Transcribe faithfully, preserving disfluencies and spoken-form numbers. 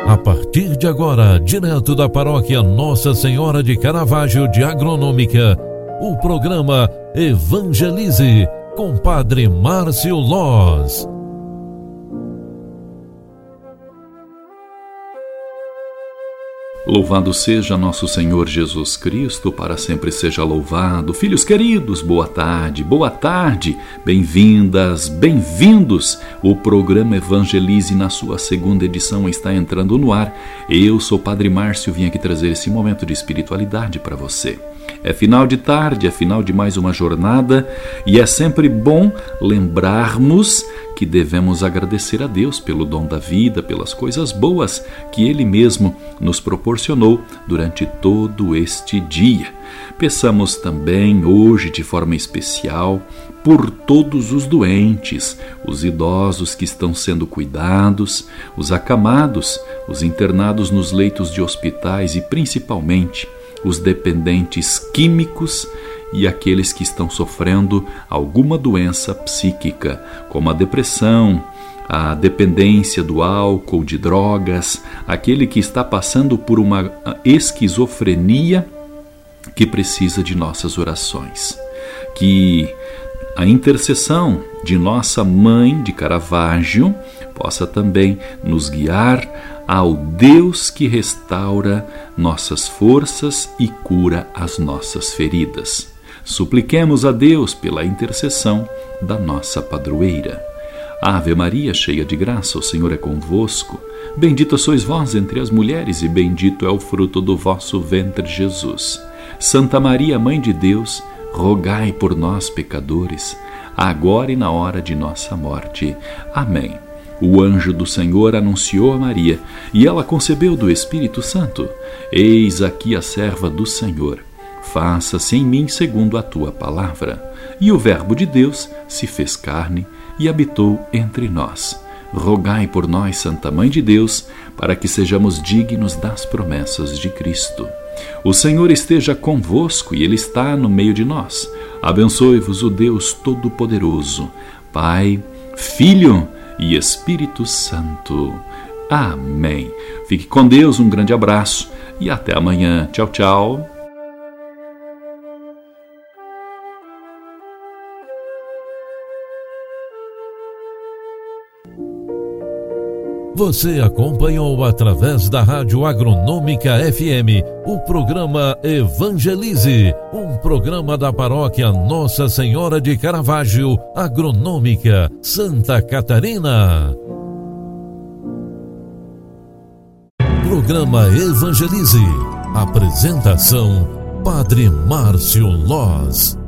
A partir de agora, direto da paróquia Nossa Senhora de Caravaggio de Agronômica, o programa Evangelize com Padre Márcio Loz. Louvado seja nosso Senhor Jesus Cristo, para sempre seja louvado. Filhos queridos, boa tarde, boa tarde, bem-vindas, bem-vindos. O programa Evangelize, na sua segunda edição, está entrando no ar. Eu sou Padre Márcio, vim aqui trazer esse momento de espiritualidade para você. É final de tarde, é final de mais uma jornada e é sempre bom lembrarmos que devemos agradecer a Deus pelo dom da vida, pelas coisas boas que Ele mesmo nos proporcionou durante todo este dia. Peçamos também hoje de forma especial por todos os doentes, os idosos que estão sendo cuidados, os acamados, os internados nos leitos de hospitais e principalmente os dependentes químicos e aqueles que estão sofrendo alguma doença psíquica, como a depressão, a dependência do álcool, de drogas, aquele que está passando por uma esquizofrenia que precisa de nossas orações. Que a intercessão de nossa Mãe de Caravaggio possa também nos guiar ao Deus que restaura nossas forças e cura as nossas feridas. Supliquemos a Deus pela intercessão da nossa padroeira. Ave Maria, cheia de graça, o Senhor é convosco. Bendita sois vós entre as mulheres e bendito é o fruto do vosso ventre, Jesus. Santa Maria, Mãe de Deus, rogai por nós, pecadores, agora e na hora de nossa morte. Amém. O anjo do Senhor anunciou a Maria, e ela concebeu do Espírito Santo. Eis aqui a serva do Senhor. Faça-se em mim segundo a tua palavra. E o Verbo de Deus se fez carne e habitou entre nós. Rogai por nós, Santa Mãe de Deus, para que sejamos dignos das promessas de Cristo. O Senhor esteja convosco e Ele está no meio de nós. Abençoe-vos o Deus Todo-Poderoso, Pai, Filho e Espírito Santo. Amém. Fique com Deus, um grande abraço e até amanhã. Tchau, tchau. Você acompanhou através da Rádio Agronômica F M o programa Evangelize, um programa da paróquia Nossa Senhora de Caravaggio, Agronômica, Santa Catarina. Programa Evangelize. Apresentação: Padre Márcio Loz.